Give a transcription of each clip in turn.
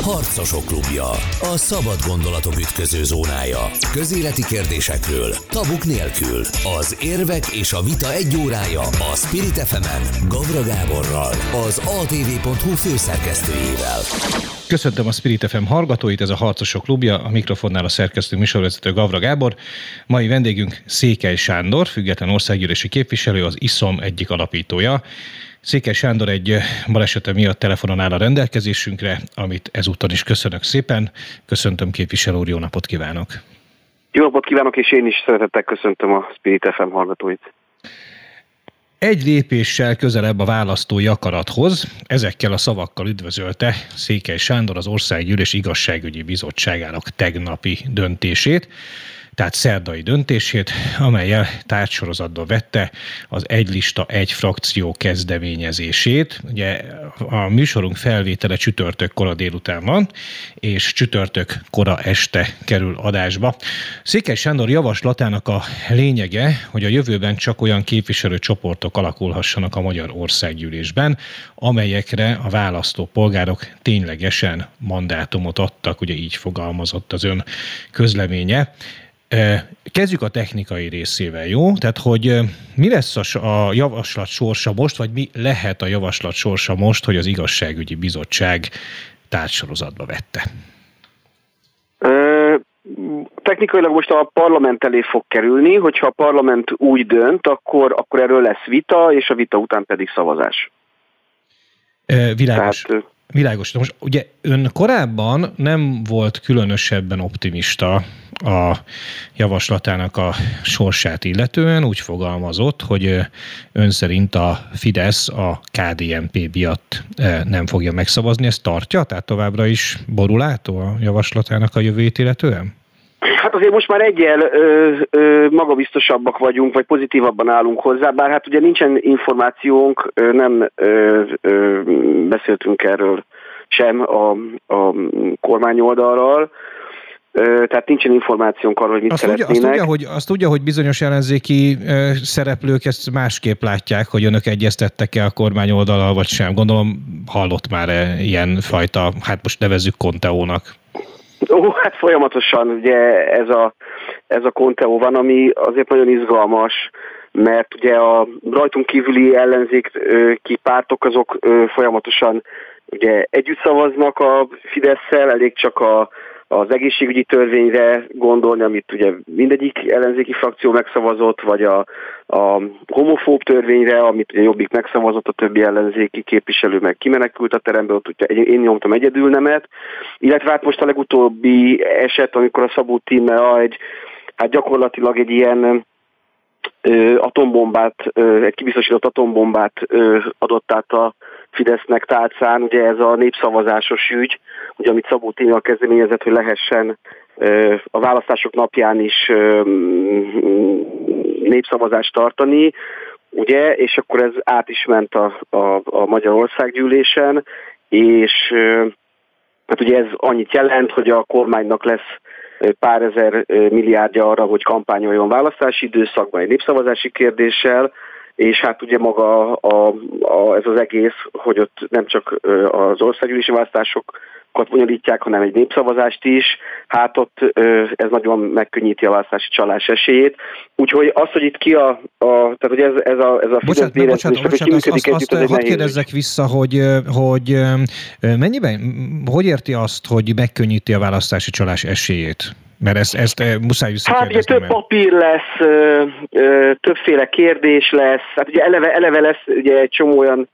Harcosok klubja. A szabad gondolatok ütköző zónája. Közéleti kérdésekről, tabuk nélkül. Az érvek és a vita egy órája a Spirit FM-en Gavra Gáborral, az ATV.hu főszerkesztőjével. Köszöntöm a Spirit FM hallgatóit, ez a Harcosok klubja, a mikrofonnál a szerkesztő műsorvezető Gavra Gábor. Mai vendégünk Székely Sándor, független országgyűlési képviselő, az ISZOM egyik alapítója. Székely Sándor egy balesete miatt telefonon áll a rendelkezésünkre, amit ezúttal is köszönök szépen. Köszöntöm, képviselő úr, jó napot kívánok! Jó napot kívánok, és én is szeretettel köszöntöm a Spirit FM hallgatóit. Egy lépéssel közelebb a választói akarathoz, ezekkel a szavakkal üdvözölte Székely Sándor az Országgyűlés Igazságügyi Bizottságának tegnapi döntését, tehát szerdai döntését, amellyel tárgysorozatba vette az egy lista, egy frakció kezdeményezését. Ugye a műsorunk felvétele csütörtök kora délután van, és csütörtök kora este kerül adásba. Székely Sándor javaslatának a lényege, hogy a jövőben csak olyan képviselőcsoportok alakulhassanak a Magyar Országgyűlésben, amelyekre a választópolgárok ténylegesen mandátumot adtak, ugye így fogalmazott az ön közleménye. Kezdjük a technikai részével, jó? Tehát, hogy mi lesz a javaslat sorsa most, vagy mi lehet a javaslat sorsa most, hogy az Igazságügyi Bizottság tárgysorozatba vette? Technikailag most a parlament elé fog kerülni, hogyha a parlament úgy dönt, akkor erről lesz vita, és a vita után pedig szavazás. Világos. Világos. Most ugye ön korábban nem volt különösebben optimista a javaslatának a sorsát illetően, úgy fogalmazott, hogy ön szerint a Fidesz a KDNP miatt nem fogja megszavazni. Ezt tartja? Tehát továbbra is borulátó a javaslatának a jövőjét illetően? Hát azért most már egyel magabiztosabbak vagyunk, vagy pozitívabban állunk hozzá, bár hát ugye nincsen információnk, nem beszéltünk erről sem a kormány oldalról, tehát nincsen információnk arról, hogy mit szeretnének. Azt tudja, hogy bizonyos ellenzéki szereplők ezt másképp látják, hogy önök egyeztettek-e a kormány oldalal, vagy sem. Gondolom hallott már ilyen fajta, hát most nevezzük Conteónak. Hát folyamatosan ugye ez a Conteo van, ami azért nagyon izgalmas, mert ugye a rajtunk kívüli ellenzéki pártok azok folyamatosan ugye együtt szavaznak a Fidesszel, elég csak az egészségügyi törvényre gondolni, amit ugye mindegyik ellenzéki frakció megszavazott, vagy a homofób törvényre, amit ugye Jobbik megszavazott, a többi ellenzéki képviselő meg kimenekült a teremből, ott ugye én nyomtam egyedül nemet, illetve hát most a legutóbbi eset, amikor a Szabó Tímea hát gyakorlatilag egy ilyen atombombát, egy kibiztosított atombombát adott át a Fidesznek tálcán, ugye ez a népszavazásos ügy, ugye amit Szabó Tímea kezdeményezett, hogy lehessen a választások napján is népszavazást tartani, ugye, és akkor ez át is ment a Magyar Országgyűlésen, és hát ugye ez annyit jelent, hogy a kormánynak lesz pár ezer milliárdja arra, hogy kampányoljon választási időszakban egy népszavazási kérdéssel, és hát ugye maga ez az egész, hogy ott nem csak az országgyűlési választásokat bonyolítják, hanem egy népszavazást is, hát ott ez nagyon megkönnyíti a választási csalás esélyét. Úgyhogy az, hogy itt tehát hogy ez a Fidesz bocsánat, hadd kérdezzek vissza, hogy mennyiben, hogy érti azt, hogy megkönnyíti a választási csalás esélyét? Mert ezt muszáj visszakérdezni. Hát ugye több papír lesz, többféle kérdés lesz, hát ugye eleve lesz ugye egy csomó olyan,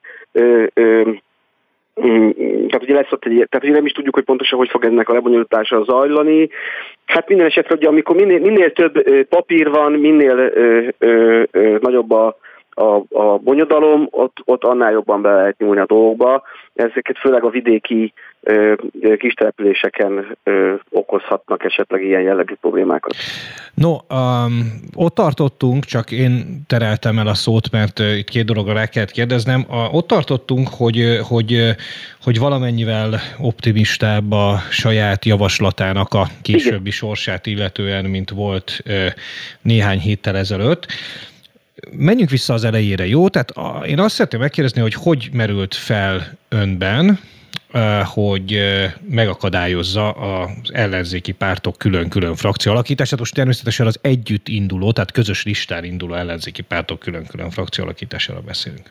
tehát ugye lesz ott tehát ugye nem is tudjuk, hogy pontosan hogy fog ennek a lebonyolítása zajlani. Hát minden esetre ugye amikor minél több papír van, minél nagyobb a bonyodalom, ott annál jobban be lehet nyúlni a dolgokba. Ezeket főleg a vidéki kistelepüléseken okozhatnak esetleg ilyen jellegű problémákat. No, ott tartottunk, csak én tereltem el a szót, mert itt két dologra rá kellett kérdeznem. Ott tartottunk, hogy valamennyivel optimistább a saját javaslatának a későbbi sorsát illetően, mint volt néhány héttel ezelőtt. Menjünk vissza az elejére, jó? Tehát én azt szeretném megkérdezni, hogy merült fel önben hogy megakadályozza az ellenzéki pártok külön-külön frakció alakítását. Most természetesen az együtt induló, tehát közös listán induló ellenzéki pártok külön-külön frakció alakítására beszélünk.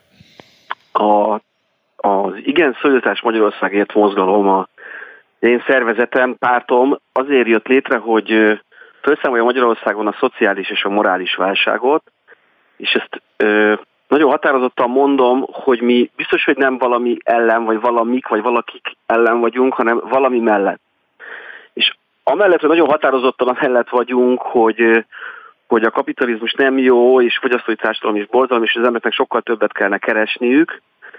Az Igen Szolidaritás Magyarországért mozgalom, az én szervezetem, pártom azért jött létre, hogy felszámolja Magyarországon a szociális és a morális válságot, és ezt nagyon határozottan mondom, hogy mi biztos, hogy nem valami ellen, vagy valamik, vagy valakik ellen vagyunk, hanem valami mellett. És amellett, hogy nagyon határozottan amellett vagyunk, hogy a kapitalizmus nem jó, és fogyasztói társadalom is borzalom, és az embereknek sokkal többet kellene keresniük.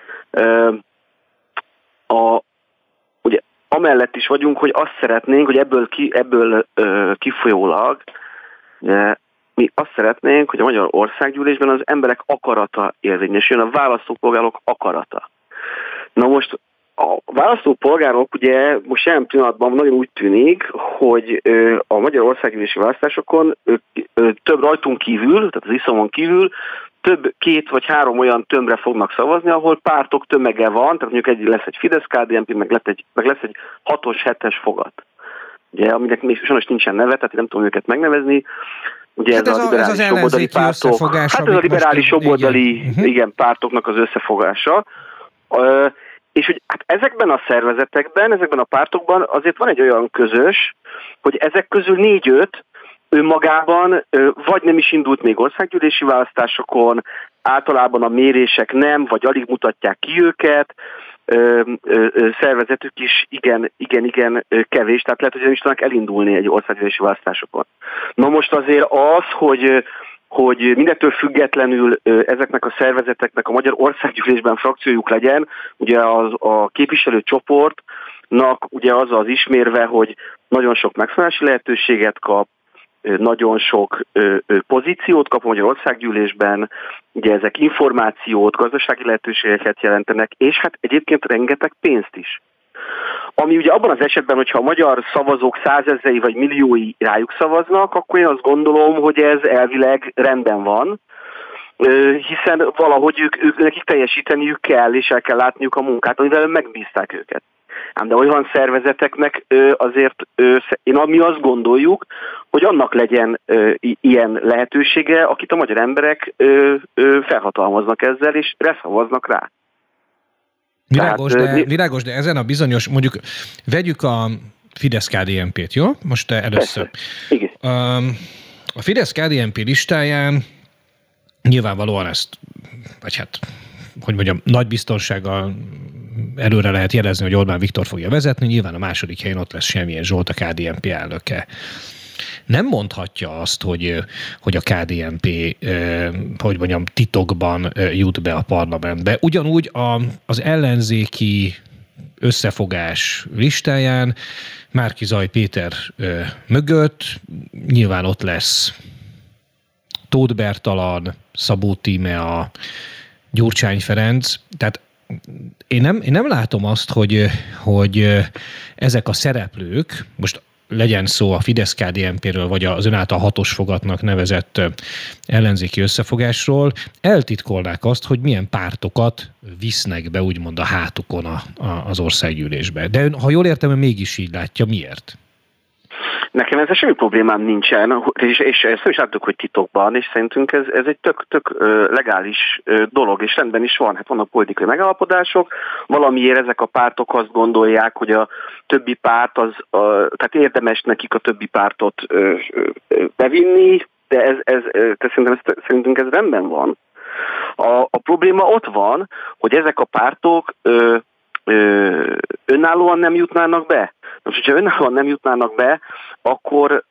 Ugye amellett is vagyunk, hogy azt szeretnénk, hogy ebből kifolyólag mi azt szeretnénk, hogy a Magyar Országgyűlésben az emberek akarata érvényesüljön, a választópolgárok akarata. Na most a választópolgárok ugye most jelen pillanatban nagyon úgy tűnik, hogy a Magyar Országgyűlési választásokon több rajtunk kívül, tehát az iszomon kívül, több 2 vagy 3 olyan tömbre fognak szavazni, ahol pártok tömege van, tehát mondjuk lesz egy Fidesz-KDNP, meg lesz egy 6-os, 7-es fogat. Ugye, aminek még sajnos nincsen neve, tehát nem tudom őket megnevezni. Ugye hát ez a liberális jobboldali pártok. Hát ez a liberális jobboldali pártoknak az összefogása. És hogy hát ezekben a szervezetekben, ezekben a pártokban azért van egy olyan közös, hogy ezek közül 4-5 önmagában vagy nem is indult még országgyűlési választásokon, általában a mérések nem, vagy alig mutatják ki őket, szervezetük is igen kevés, tehát lehet, hogy nem is tudnak elindulni egy országgyűlési választásokon. Na most azért az, hogy mindettől függetlenül ezeknek a szervezeteknek a Magyar Országgyűlésben frakciójuk legyen, ugye a képviselőcsoportnak ugye az ismérve, hogy nagyon sok megszólalási lehetőséget kap, nagyon sok pozíciót kap a Magyar Országgyűlésben, ugye ezek információt, gazdasági lehetőségeket jelentenek, és hát egyébként rengeteg pénzt is. Ami ugye abban az esetben, hogyha a magyar szavazók 100 000 vagy milliói rájuk szavaznak, akkor én azt gondolom, hogy ez elvileg rendben van, hiszen valahogy nekik teljesíteniük kell, és el kell látniuk a munkát, amivel megbízták őket. Ám de olyan szervezeteknek azért mi azt gondoljuk, hogy annak legyen ilyen lehetősége, akit a magyar emberek felhatalmaznak ezzel, és szavaznak rá. Világos, de ezen a bizonyos, mondjuk vegyük a Fidesz-KDNP-t, jó? Most először. Igen. A Fidesz-KDNP listáján nyilvánvalóan ezt, vagy hát, hogy mondjam, nagy biztonsággal előre lehet jelezni, hogy Orbán Viktor fogja vezetni, nyilván a második helyen ott lesz Semjén Zsolt, a KDNP elnöke. Nem mondhatja azt, hogy a KDNP, hogy mondjam, titokban jut be a parlamentbe. Ugyanúgy az ellenzéki összefogás listáján Márki-Zay Péter mögött nyilván ott lesz Tóth Bertalan, Szabó Tímea, Gyurcsány Ferenc, tehát én nem látom azt, hogy ezek a szereplők, most legyen szó a Fidesz-KDNP-ről, vagy az ön által 6-os fogatnak nevezett ellenzéki összefogásról, eltitkolnák azt, hogy milyen pártokat visznek be úgymond a hátukon az országgyűlésbe. De ön, ha jól értem, mégis így látja, miért? Nekem ezzel semmi problémám nincsen, és ezt is láttuk, hogy titokban, és szerintünk ez egy tök legális dolog, és rendben is van. Hát vannak politikai megállapodások, valamiért ezek a pártok azt gondolják, hogy a többi párt, tehát érdemes nekik a többi pártot bevinni, de szerintünk ez rendben van. A probléma ott van, hogy ezek a pártok önállóan nem jutnának be. Most, hogyha önállóan nem jutnának be, akkor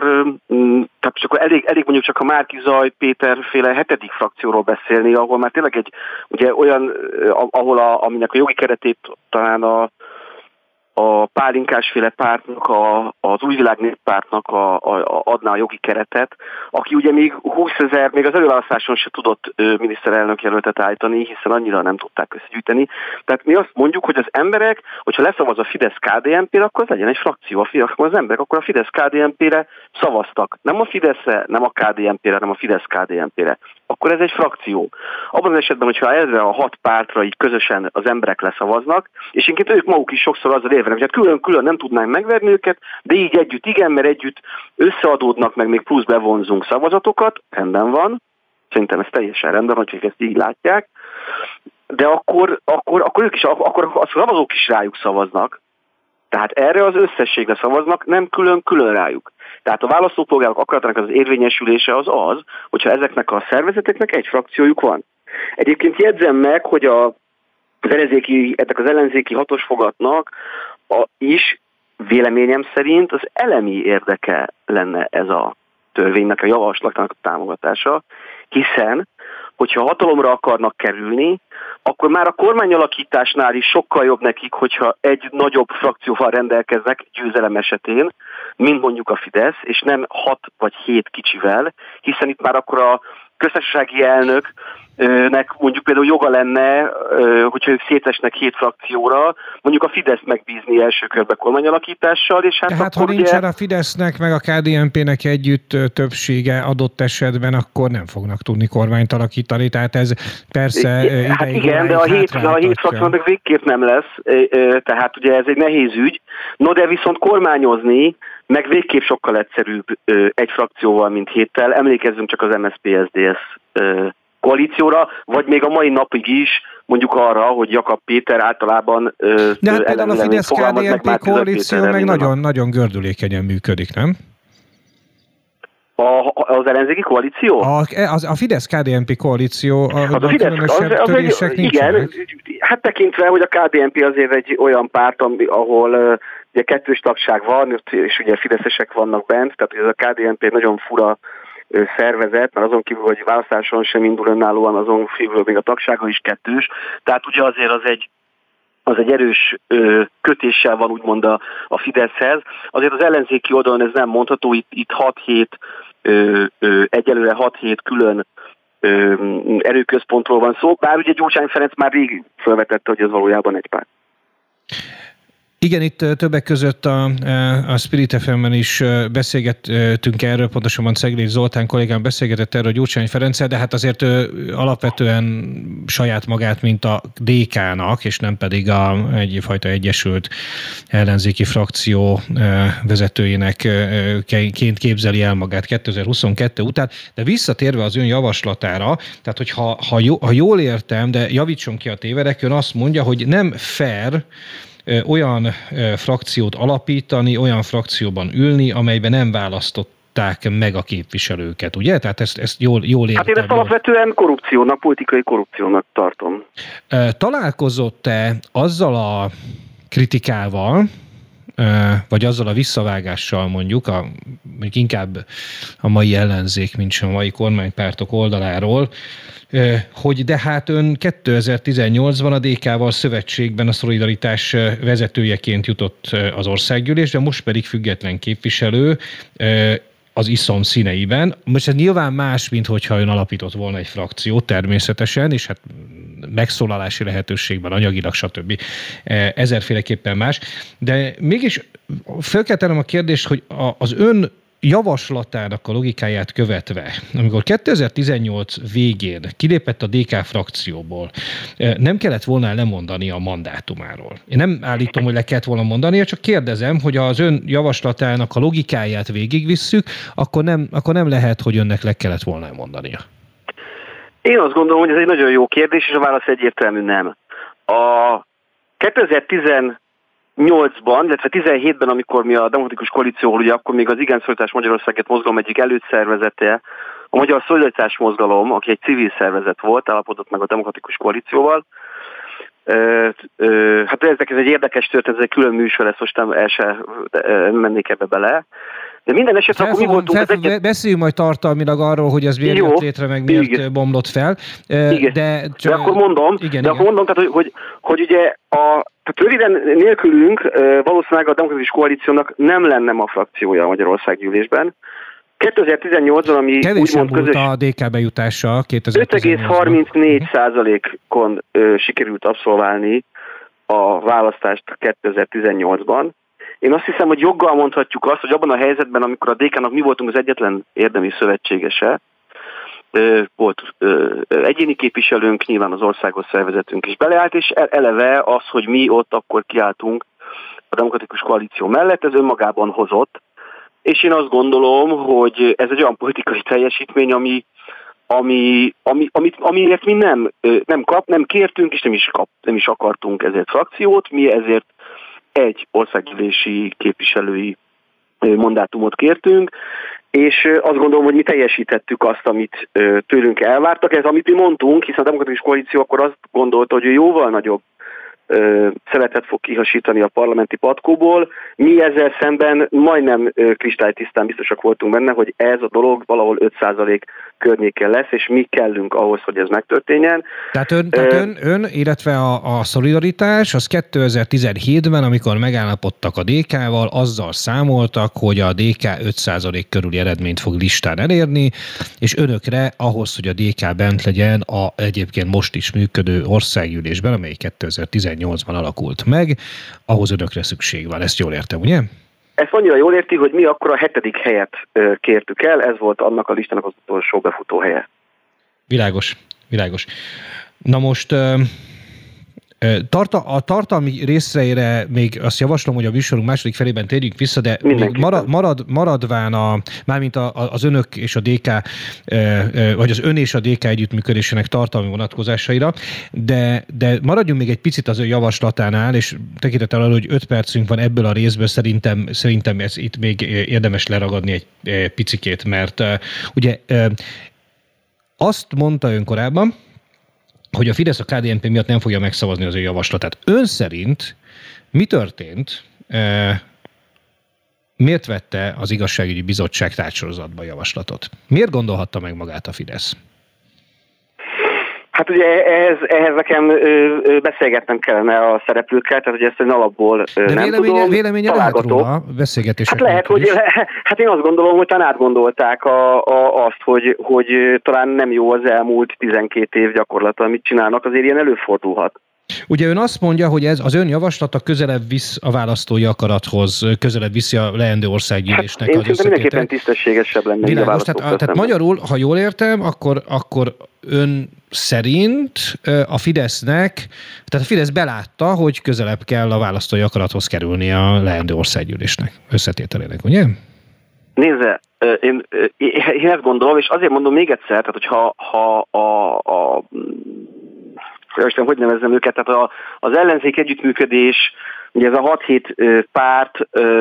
elég mondjuk csak a Márki-Zay Péter-féle 7. frakcióról beszélni, ahol már tényleg egy ugye olyan, aminek a jogi keretét talán a Pálinkásféle pártnak, az Új Világ Néppártnak adná a jogi keretet, aki ugye még 20 000, még az előválasztáson se tudott miniszterelnök jelöltet állítani, hiszen annyira nem tudták összegyűjteni. Tehát mi azt mondjuk, hogy az emberek, hogyha leszavaz a Fidesz-KDNP-re, akkor az legyen egy frakció, akkor az emberek akkor a Fidesz-KDNP-re szavaztak. Nem a Fideszre, nem a KDNP-re, hanem a Fidesz-KDNP-re. Akkor ez egy frakció. Abban az esetben, hogyha erre a 6 pártra így közösen az emberek leszavaznak, és inkább ők maguk is sokszor azzal érvelnek, hogy hát külön-külön nem tudnánk megverni őket, de így együtt igen, mert együtt összeadódnak, meg még plusz bevonzunk szavazatokat, rendben van, szerintem ez teljesen rendben van, hogy ezt így látják, de akkor ők is, akkor a szavazók is rájuk szavaznak, tehát erre az összességre szavaznak, nem külön-külön rájuk. Tehát a választópolgárok akaratának az érvényesülése az, hogyha ezeknek a szervezeteknek egy frakciójuk van. Egyébként jegyzem meg, hogy ennek az ellenzéki hatosfogatnak is véleményem szerint az elemi érdeke lenne ez a törvénynek, a javaslatnak a támogatása, hiszen, hogyha hatalomra akarnak kerülni, akkor már a kormányalakításnál is sokkal jobb nekik, hogyha egy nagyobb frakcióval rendelkeznek győzelem esetén, mint mondjuk a Fidesz, és nem 6 vagy 7 kicsivel, hiszen itt már akkor a köztársasági elnöknek mondjuk például joga lenne, hogyha ők szétesnek 7 frakcióra, mondjuk a Fideszt megbízni első körbe kormányalakítással, és hát tehát akkor ha nincsen a Fidesznek meg a KDNP-nek együtt többsége adott esetben, akkor nem fognak tudni kormányt alakítani, tehát ez persze hát igen, de a 7 frakciónak végképp nem lesz, tehát ugye ez egy nehéz ügy, no de viszont kormányozni meg végképp sokkal egyszerűbb egy frakcióval, mint 7-tel. Emlékezzünk csak az MSZP-SZDSZ koalícióra, vagy még a mai napig is mondjuk arra, hogy Jakab Péter általában de hát például a Fidesz-KDNP koalíció meg nagyon gördülékenyen működik, nem? Az ellenzéki koalíció? A Fidesz-KDNP koalíció, a Fidesz, igen, hát tekintve, hogy a KDNP azért egy olyan párt, ahol ugye kettős tagság van, és ugye fideszesek vannak bent, tehát ez a KDNP egy nagyon fura szervezet, mert azon kívül, hogy választáson sem indul önállóan, azon kívül még a tagsága is kettős, tehát ugye azért az egy erős kötéssel van úgymond a Fideszhez. Azért az ellenzéki oldalon ez nem mondható, itt 6-7, egyelőre 6-7 külön erőközpontról van szó, bár ugye Gyurcsány Ferenc már rég felvetette, hogy ez valójában egy párt. Igen, itt többek között a Spirit FM-en is beszélgettünk erről, pontosabban Cegléd Zoltán kollégám beszélgetett erről Gyurcsány Ferenccel, de hát azért alapvetően saját magát, mint a DK-nak, és nem pedig egyfajta egyesült ellenzéki frakció vezetőjének ként képzeli el magát 2022 után. De visszatérve az ön javaslatára, tehát hogy ha jól értem, de javítson ki a tévedek, ön azt mondja, hogy nem fair olyan frakciót alapítani, olyan frakcióban ülni, amelyben nem választották meg a képviselőket, ugye? Tehát ezt jól értem. Hát én ezt alapvetően korrupciónak, politikai korrupciónak tartom. Találkozott-e azzal a kritikával, vagy azzal a visszavágással mondjuk inkább a mai ellenzék, mint sem a mai kormánypártok oldaláról, hogy de hát ön 2018-ban a DK-val szövetségben a Szolidaritás vezetőjeként jutott az országgyűlésbe, most pedig független képviselő az ISZOM színeiben. Most ez nyilván más, mint hogyha ön alapított volna egy frakciót természetesen, és hát megszólalási lehetőségben, anyagilag, stb. Ezerféleképpen más. De mégis fel kell tennem a kérdést, hogy az ön javaslatának a logikáját követve, amikor 2018 végén kilépett a DK frakcióból, nem kellett volna lemondani a mandátumáról. Én nem állítom, hogy le kellett volna mondani, csak kérdezem, hogy az ön javaslatának a logikáját végigvisszük, akkor nem lehet, hogy önnek le kellett volna mondania. Én azt gondolom, hogy ez egy nagyon jó kérdés, és a válasz egyértelmű nem. A 2018-ban, illetve 17-ben, amikor mi a Demokratikus Koalícióval, ugye akkor még az Igen Szolidaritás Magyarországért mozgalom egyik előszervezete, a Magyar Szolidaritás Mozgalom, aki egy civil szervezet volt, állapodott meg a Demokratikus Koalícióval. Hát ez egy érdekes történet, ez egy külön műsor, ezt most nem mennék ebbe bele. De minden esetre akkor mi voltunk az egyet... Beszéljünk majd tartalmilag arról, hogy ez miért jött létre, meg miért bomlott fel. De akkor mondom, akkor mondom, tehát, hogy ugye tehát röviden nélkülünk valószínűleg a Demokratikus Koalíciónak nem lenne ma frakciója a Magyarországgyűlésben. 2018-ban, ami úgymond közös... a DK bejutása 5,34%-on sikerült abszolválni a választást 2018-ban. Én azt hiszem, hogy joggal mondhatjuk azt, hogy abban a helyzetben, amikor a DK-nak mi voltunk az egyetlen érdemi szövetségese, volt egyéni képviselőnk, nyilván az országos szervezetünk is beleállt, és eleve az, hogy mi ott akkor kiálltunk a Demokratikus Koalíció mellett, ez önmagában hozott. És én azt gondolom, hogy ez egy olyan politikai teljesítmény, amiért mi nem kértünk, és nem is akartunk ezért frakciót, mi ezért egy országgyűlési képviselői mandátumot kértünk, és azt gondolom, hogy mi teljesítettük azt, amit tőlünk elvártak. Ez, amit mi mondtunk, hiszen a Demokratikus Koalíció akkor azt gondolta, hogy ő jóval nagyobb szeletet fog kihasítani a parlamenti patkóból. Mi ezzel szemben majdnem kristálytisztán biztosak voltunk benne, hogy ez a dolog valahol 5% környéken lesz, és mi kellünk ahhoz, hogy ez megtörténjen. Tehát ön illetve a Szolidaritás, az 2017-ben, amikor megállapodtak a DK-val, azzal számoltak, hogy a DK 5% körüli eredményt fog listán elérni, és önökre ahhoz, hogy a DK bent legyen a egyébként most is működő országgyűlésben, amely 2018-ban alakult meg, ahhoz önökre szükség van. Ezt jól értem, ugye? Ezt annyira jól érti, hogy mi akkor a 7. helyet kértük el, ez volt annak a listának az utolsó befutó helye. Világos. Na most a tartalmi részeire még azt javaslom, hogy a műsorunk második felében térjünk vissza, de még maradván mármint az önök és a DK, vagy az ön és a DK együttműködésének tartalmi vonatkozásaira, de maradjunk még egy picit az ön javaslatánál, és tekintettel arra, hogy 5 percünk van ebből a részből, szerintem ez itt még érdemes leragadni egy picikét, mert ugye azt mondta ön korábban, hogy a Fidesz a KDNP miatt nem fogja megszavazni az ő javaslatát. Ön szerint mi történt, miért vette az Igazságügyi Bizottság tárgysorozatba a javaslatot? Miért gondolhatta meg magát a Fidesz? Hát ugye ehhez nekem beszélgetnem kellene a szereplőkkel, tehát hogy ezt egy alapból nem tudom. Véleménye lehet róla, beszélgetések. Hát lehet, hogy hát én azt gondolom, hogy talán átgondolták azt, hogy talán nem jó az elmúlt 12 év gyakorlata, amit csinálnak, azért ilyen előfordulhat. Ugye ön azt mondja, hogy ez az ön javaslata közelebb visz a választói akarathoz, közelebb viszi a leendő országgyűlésnek az összetételt. Én szerintem mindenképpen tisztességesebb lenne. Világos, tehát magyarul, ha jól értem, akkor ön szerint a Fidesznek, tehát a Fidesz belátta, hogy közelebb kell a választói akarathoz kerülni a leendő országgyűlésnek összetételének, ugye? Nézze, én ezt gondolom, és azért mondom még egyszer, tehát hogyha hogy nevezzem őket, tehát az ellenzék együttműködés, ugye ez a 6-7 párt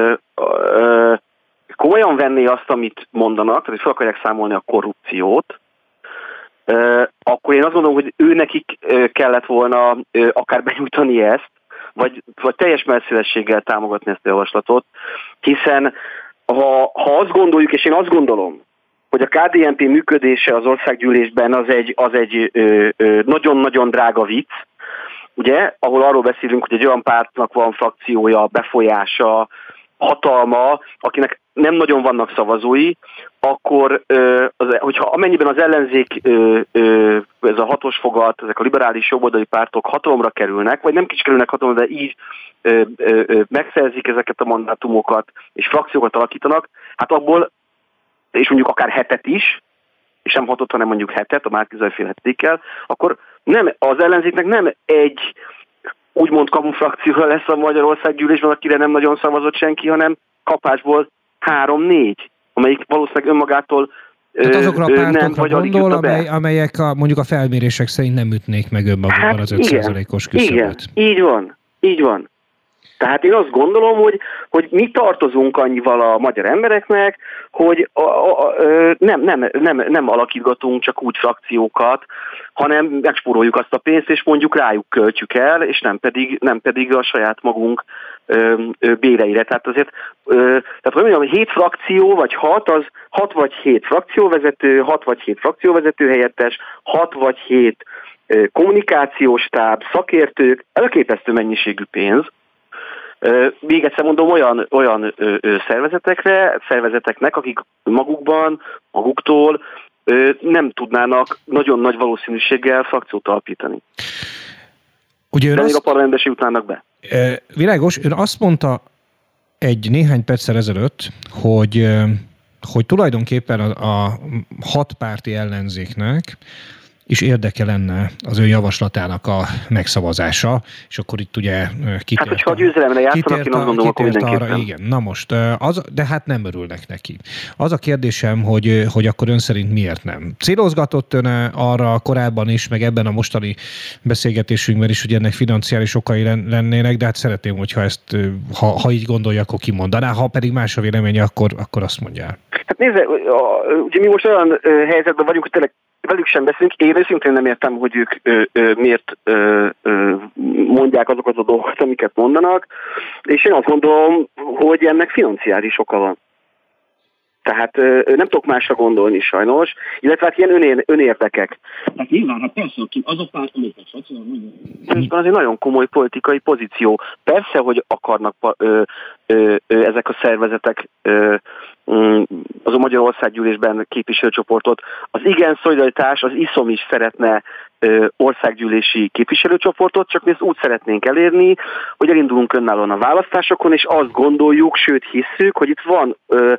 komolyan venné azt, amit mondanak, tehát hogy fel akarják számolni a korrupciót, akkor én azt gondolom, hogy őnekik kellett volna akár benyújtani ezt, vagy teljes messzélességgel támogatni ezt a javaslatot, hiszen ha azt gondoljuk, és én azt gondolom, hogy a KDNP működése az országgyűlésben az egy nagyon-nagyon drága vicc, ugye, ahol arról beszélünk, hogy egy olyan pártnak van frakciója, befolyása, hatalma, akinek nem nagyon vannak szavazói, akkor, hogyha amennyiben az ellenzék, ez a hatos fogat, ezek a liberális jobboldali pártok hatalomra kerülnek, vagy nem kis kerülnek hatalomra, de így megszerzik ezeket a mandátumokat, és frakciókat alakítanak, hát abból, és mondjuk akár 7 is, és nem 6-ot, hanem mondjuk 7, a Márki-Zay-féle 7-kel, akkor nem, az ellenzéknek nem egy úgymond kamufrakcióra lesz a Magyarországgyűlésben, akire nem nagyon szavazott senki, hanem kapásból 3-4, amelyik valószínűleg önmagától tehát azokra a pártokra nem vagy alig gondol, amelyek mondjuk a felmérések szerint nem ütnék meg önmagukban az 5%-os küszöböt. Igen, így van. Tehát én azt gondolom, hogy mi tartozunk annyival a magyar embereknek, hogy nem alakítgatunk csak úgy frakciókat, hanem megspóroljuk azt a pénzt, és mondjuk rájuk költjük el, és nem pedig a saját magunk béreire. Tehát azért, hogy mondjam, 7 frakció, vagy 6, az 6 vagy 7 frakcióvezető, 6 vagy 7 frakcióvezető helyettes, 6 vagy 7 kommunikációs stáb, szakértők, elképesztő mennyiségű pénz. Még egyszer mondom, olyan szervezeteknek, akik maguktól nem tudnának nagyon nagy valószínűséggel frakciót alapítani. Ugye de még a parlamentbe jutnának be. Világos, ön azt mondta néhány perccel ezelőtt, hogy tulajdonképpen a 6 párti ellenzéknek is érdeke lenne az ő javaslatának a megszavazása, és akkor itt ugye hát, hogyha a győzelemre játszanak, én azt gondolom, akkor mindenképpen. Arra, igen. Na most, de hát nem örülnek neki. Az a kérdésem, hogy akkor ön szerint miért nem? Célozgatott ön arra korábban is, meg ebben a mostani beszélgetésünkben is, hogy ennek financiális okai lennének, de hát szeretném, hogyha ezt, ha így gondolja, akkor kimondaná, ha pedig más a véleménye, akkor azt mondja. Hát nézze, ugye mi most olyan helyzetben vagyunk, hogy tényleg velük sem beszélünk. Én őszintén nem értem, hogy ők miért mondják azokat a dolgokat, amiket mondanak, és én azt gondolom, hogy ennek financiális oka van. Tehát nem tudok másra gondolni sajnos, illetve hát ilyen önérdekek. Tehát nyilván, hát persze, az a párt, amit az egy nagyon komoly politikai pozíció. Persze, hogy akarnak ezek a szervezetek az a Magyarországgyűlésben képviselőcsoportot. Az Igen Szolidaritás, az ISZOM is szeretne országgyűlési képviselőcsoportot, csak mi ezt úgy szeretnénk elérni, hogy elindulunk önállóan a választásokon, és azt gondoljuk, sőt hisszük, hogy itt van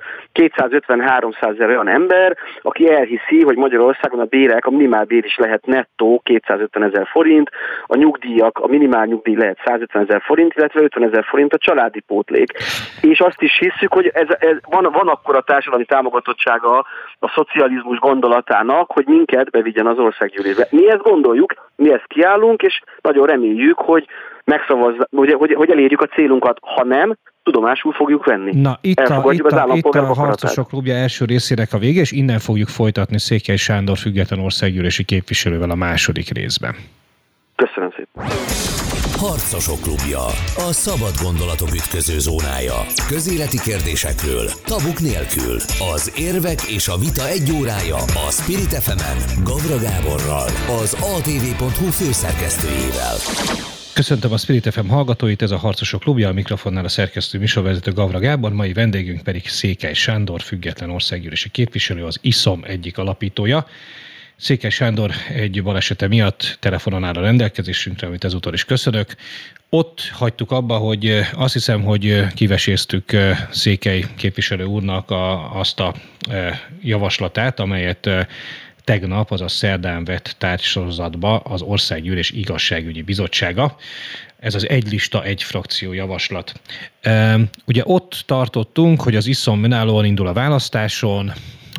250-300 ezer olyan ember, aki elhiszi, hogy Magyarországon a bérek, a minimálbér is lehet nettó 250 ezer forint, a nyugdíjak, a minimál nyugdíj lehet 150 ezer forint, illetve 50 ezer forint a családi pótlék. És azt is hisszük, hogy van akkor a társadalmi támogatottsága a szocializmus gondolatának, hogy minket bevigyen az országgyűlésbe. Mi ezt gondoljuk, mi ezt kiállunk, és nagyon reméljük, hogy hogy elérjük a célunkat. Ha nem, tudomásul fogjuk venni. Na, itt a Harcosok Klubja első részének a vége, és innen fogjuk folytatni Székely Sándor független országgyűlési képviselővel a második részben. Köszönöm szépen. Harcosok Klubja. A szabad gondolatok ütköző zónája. Közéleti kérdésekről, tabuk nélkül. Az érvek és a vita egy órája a Spirit FM-en Gavra Gáborral, az atv.hu főszerkesztőjével. Köszöntöm a Spirit FM hallgatóit, ez a Harcosok Klubja, a mikrofonnál a szerkesztő műsorvezető Gavra Gábor, mai vendégünk pedig Székely Sándor, független országgyűlési képviselő, az ISZOM egyik alapítója. Székely Sándor egy balesete miatt telefonon áll a rendelkezésünkre, amit ezúttal is köszönök. Ott hagytuk abba, hogy azt hiszem, hogy kiveséztük Székely képviselő úrnak azt a javaslatát, amelyet tegnap, azaz szerdán vett tárgysorozatba az Országgyűlés Igazságügyi Bizottsága. Ez az egy lista, egy frakció javaslat. Ugye ott tartottunk, hogy az ISZOM önállóan indul a választáson,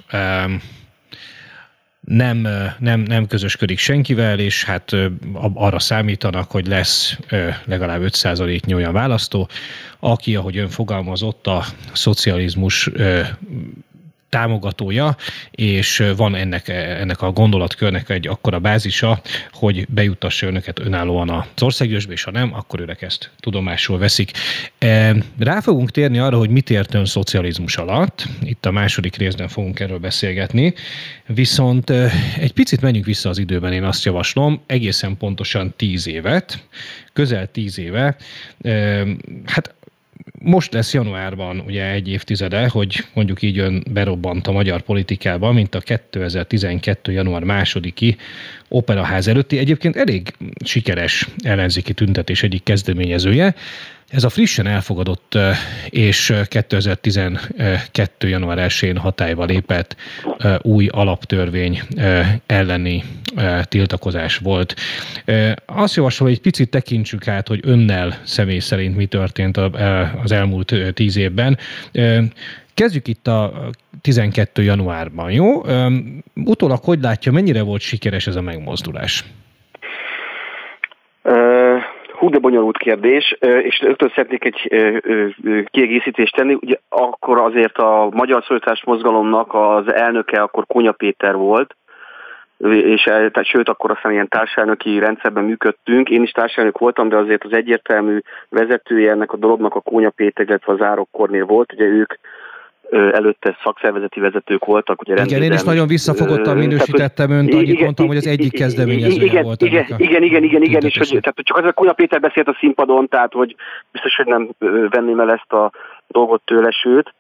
nem közösködik senkivel, és hát arra számítanak, hogy lesz legalább 5%-nyi olyan választó, aki, ahogy ön fogalmazott, a szocializmus támogatója, és van ennek a gondolatkörnek egy akkora bázisa, hogy bejutassa önöket önállóan az országgyűlésbe, és ha nem, akkor ők ezt tudomásul veszik. Rá fogunk térni arra, hogy mit ért ön szocializmus alatt. Itt a második részben fogunk erről beszélgetni. Viszont egy picit menjünk vissza az időben, én azt javaslom, egészen pontosan 10 évet, közel 10 éve, hát most lesz januárban ugye egy évtizede, hogy mondjuk így ön berobbant a magyar politikába, mint a 2012. január 2-i Operaház előtti, egyébként elég sikeres ellenzéki tüntetés egyik kezdeményezője. Ez a frissen elfogadott és 2012. január 1-én hatályba lépett új alaptörvény elleni tiltakozás volt. Azt javaslom, hogy egy picit tekintsük át, hogy önnel személy szerint mi történt az elmúlt 10 évben. Kezdjük itt a 12. januárban, jó? Utólag hogy látja, mennyire volt sikeres ez a megmozdulás? de bonyolult kérdés, és rögtön szeretnék egy kiegészítést tenni. Ugye akkor azért a Magyar Szolidaritás Mozgalomnak az elnöke akkor Kónya Péter volt, és sőt, akkor aztán ilyen társelnöki rendszerben működtünk. Én is társelnök voltam, de azért az egyértelmű vezetője ennek a dolognak a Kónya Péter, illetve az Árok Kornél volt. Ugye ők előtte szakszervezeti vezetők voltak. Ugye igen, én is nagyon visszafogottan minősítettem önt, annyit mondtam, hogy az egyik kezdeményezője volt. Igen, és hogy, tehát csak az a Kónya Péter beszélt a színpadon, tehát hogy biztos, hogy nem venném el ezt a dolgot tőle, sőt.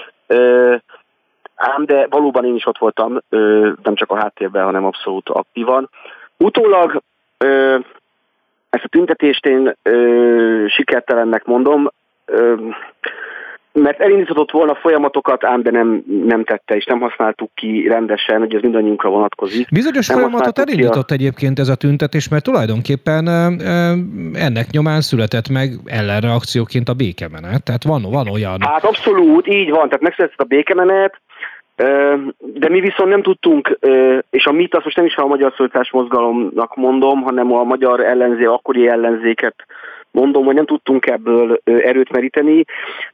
Ám de valóban én is ott voltam, nem csak a háttérben, hanem abszolút aktívan. Utólag ezt a tüntetést én sikertelennek mondom, mert elindított volna folyamatokat, ám de nem tette, és nem használtuk ki rendesen, hogy ez mindannyiunkra vonatkozik. Bizonyos folyamatot elindított egyébként ez a tüntetés, mert tulajdonképpen ennek nyomán született meg ellenreakcióként a békemenet. Tehát van olyan... Hát abszolút, így van, tehát megszületett a békemenet, de mi viszont nem tudtunk, és a mit azt most nem is a Magyar Szolidaritás Mozgalomnak mondom, hanem a magyar ellenzék, akkori ellenzéket mondom, hogy nem tudtunk ebből erőt meríteni,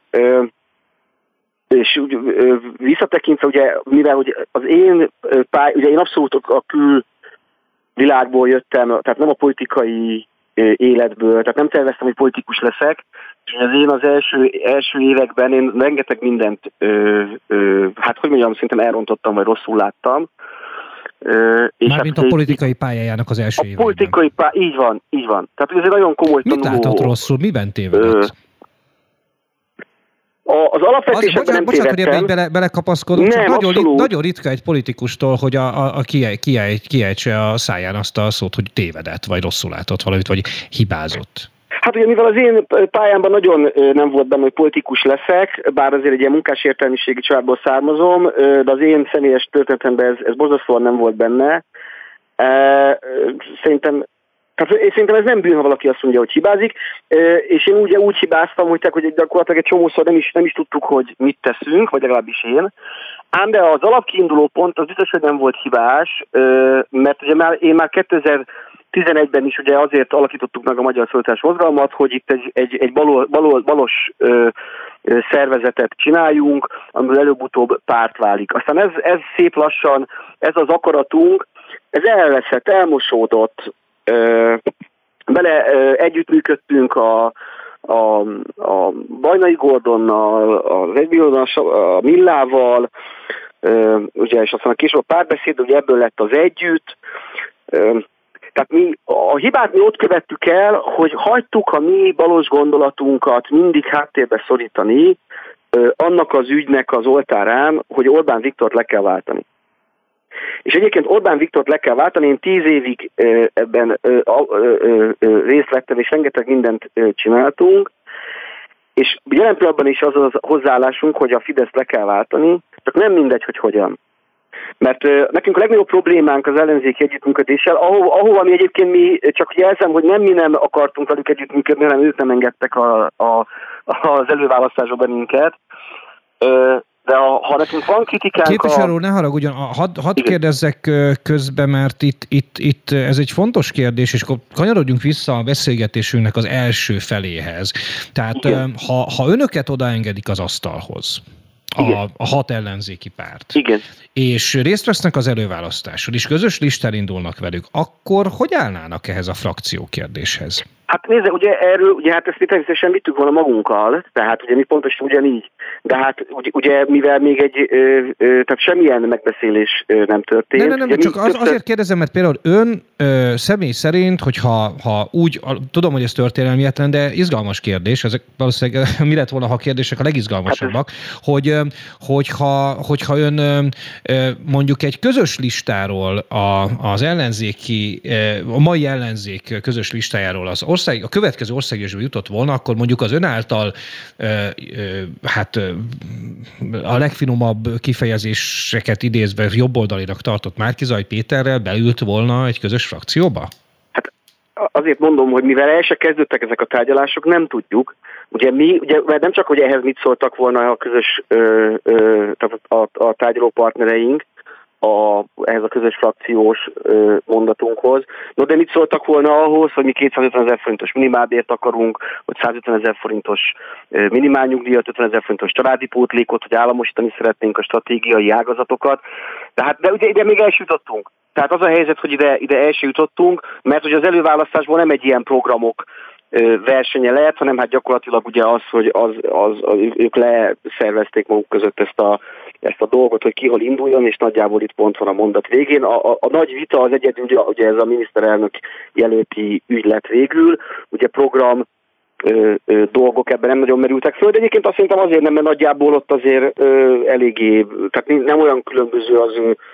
és visszatekintve, ugye, mivel ugye az ugye én abszolút a külvilágból jöttem, tehát nem a politikai életből, tehát nem terveztem, hogy politikus leszek, és az első években én rengeteg mindent, hát hogy mondjam, szerintem elrontottam, vagy rosszul láttam. Mármint a politikai pályájának az első években. A politikai így van. Tehát ez egy nagyon komoly tanuló. Mit látott rosszul? Miben tévedett? Az alapvetésekben nem tévedtem. Bocsánat, hogy belekapaszkodok, csak nagyon ritka egy politikustól, hogy kiejtse a száján azt a szót, hogy tévedett, vagy rosszul látott valamit, vagy hibázott. Hát ugye, mivel az én pályámban nagyon nem volt benne, hogy politikus leszek, bár azért egy ilyen munkás értelmiségi családból származom, de az én személyes történetemben ez borzasztóan nem volt benne. Szerintem ez nem bűn, ha valaki azt mondja, hogy hibázik, és én úgy hibáztam, hogy gyakorlatilag egy csomószor nem is tudtuk, hogy mit teszünk, vagy legalábbis én. Ám de az alapkiinduló pont az biztos, hogy nem volt hibás, mert ugye én már 2011-ben is ugye azért alakítottuk meg a Magyar Szolidaritás Mozgalmat, hogy itt egy balos szervezetet csináljunk, amiből előbb-utóbb párt válik. Aztán ez szép lassan, ez az akaratunk, ez elveszett, elmosódott, együttműködtünk a Bajnai Gordonnal, az Egybillódon, a Millával, ugye, és aztán később a Párbeszéd, ugye ebből lett az Együtt. Tehát a hibát mi ott követtük el, hogy hagytuk a mi balos gondolatunkat mindig háttérbe szorítani annak az ügynek az oltárán, hogy Orbán Viktort le kell váltani. És egyébként Orbán Viktort le kell váltani, én 10 évig ebben részt vettem, és rengeteg mindent csináltunk, és jelen pillanatban is az a hozzáállásunk, hogy a Fideszt le kell váltani, csak nem mindegy, hogy hogyan. Mert nekünk a legnagyobb problémánk az ellenzéki együttműködéssel, ahova mi egyébként csak jelzem, hogy mi nem akartunk velük együttműködni, hanem ők nem engedtek az előválasztásba bennünket. De ha nekünk van kritikánk... Képviselő úr, ne haragudjon, hadd kérdezzek közbe, mert itt ez egy fontos kérdés, és akkor kanyarodjunk vissza a beszélgetésünknek az első feléhez. Tehát ha önöket odaengedik az asztalhoz, a 6 ellenzéki párt, igen, és részt vesznek az előválasztáson, és közös listán indulnak velük, akkor hogy állnának ehhez a frakció kérdéshez? Hát nézze, ugye hát ezt mi természetesen vittük volna magunkkal, tehát ugye mi pontosan ugyanígy, de hát ugye mivel még tehát semmilyen megbeszélés nem történt. Nem, csak azért kérdezem, mert például ön személy szerint, hogyha úgy, tudom, hogy ez történelmietlen, de izgalmas kérdés, ezek valószínűleg mi lett volna, ha a kérdések a legizgalmasabbak, hogyha ön mondjuk egy közös listáról az ellenzéki, a mai ellenzék közös listájáról a következő országgyűlésbe jutott volna, akkor mondjuk az ön által a legfinomabb kifejezéseket idézve jobboldalinak tartott Márki-Zay Péterrel beült volna egy közös frakcióba? Hát azért mondom, hogy mivel el se kezdődtek ezek a tárgyalások, nem tudjuk. Ugye nem csak, hogy ehhez mit szóltak volna a közös a tárgyaló partnereink, ehhez a közös frakciós mondatunkhoz. No, de mit szóltak volna ahhoz, hogy mi 250 000 forintos minimálbért akarunk, hogy 150 000 forintos minimálnyugdíjat, 50 000 forintos családi pótlékot, hogy államosítani szeretnénk a stratégiai ágazatokat. De ugye ide még el sem jutottunk. Tehát az a helyzet, hogy ide el sem jutottunk, mert hogy az előválasztásból nem egy ilyen programok versenye lehet, hanem hát gyakorlatilag ugye az, hogy ők leszervezték maguk között ezt a dolgot, hogy ki hol induljon, és nagyjából itt pont van a mondat végén. A nagy vita az egyedül, ugye ez a miniszterelnök jelölti ügy lett végül, ugye program dolgok ebben nem nagyon merültek föl, de egyébként azt szerintem azért nem, mert nagyjából ott azért eléggé, tehát nem olyan különböző az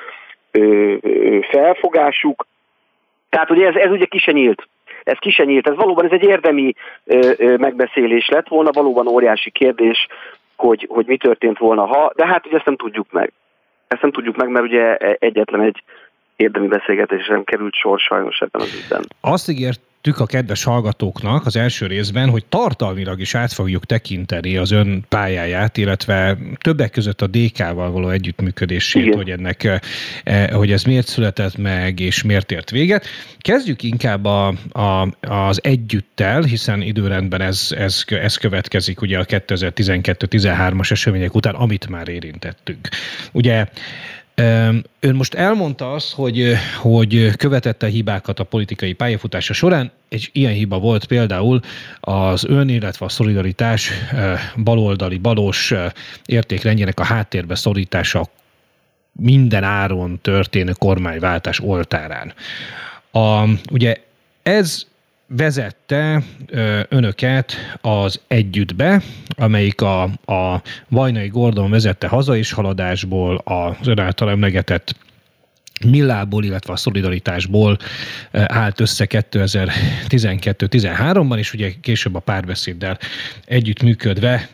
felfogásuk. Tehát ugye ez ugye ki se nyílt. Ez valóban egy érdemi megbeszélés lett volna, valóban óriási kérdés, hogy mi történt volna, ha, de hát ugye ezt nem tudjuk meg. Mert ugye egyetlen egy érdemi beszélgetésre nem került sor sajnos ebben az ügyben. Azt ígértük a kedves hallgatóknak az első részben, hogy tartalmilag is át fogjuk tekinteni az ön pályáját, illetve többek között a DK-val való együttműködését, hogy ez miért született meg, és miért ért véget. Kezdjük inkább az együttel, hiszen időrendben ez következik ugye a 2012-13-as események után, amit már érintettünk. Ugye ön most elmondta azt, hogy követette hibákat a politikai pályafutása során. Egy ilyen hiba volt például az ön, illetve a Szolidaritás baloldali balós értékrendjének a háttérbe szorítása minden áron történő kormányváltás oltárán. Ugye ez vezette önöket az Együttbe, amelyik a Vajnai Gordon vezette haza és haladásból, az ön által emlegetett Millából, illetve a Szolidaritásból állt össze 2012-13-ban, és ugye később a Párbeszéddel együttműködve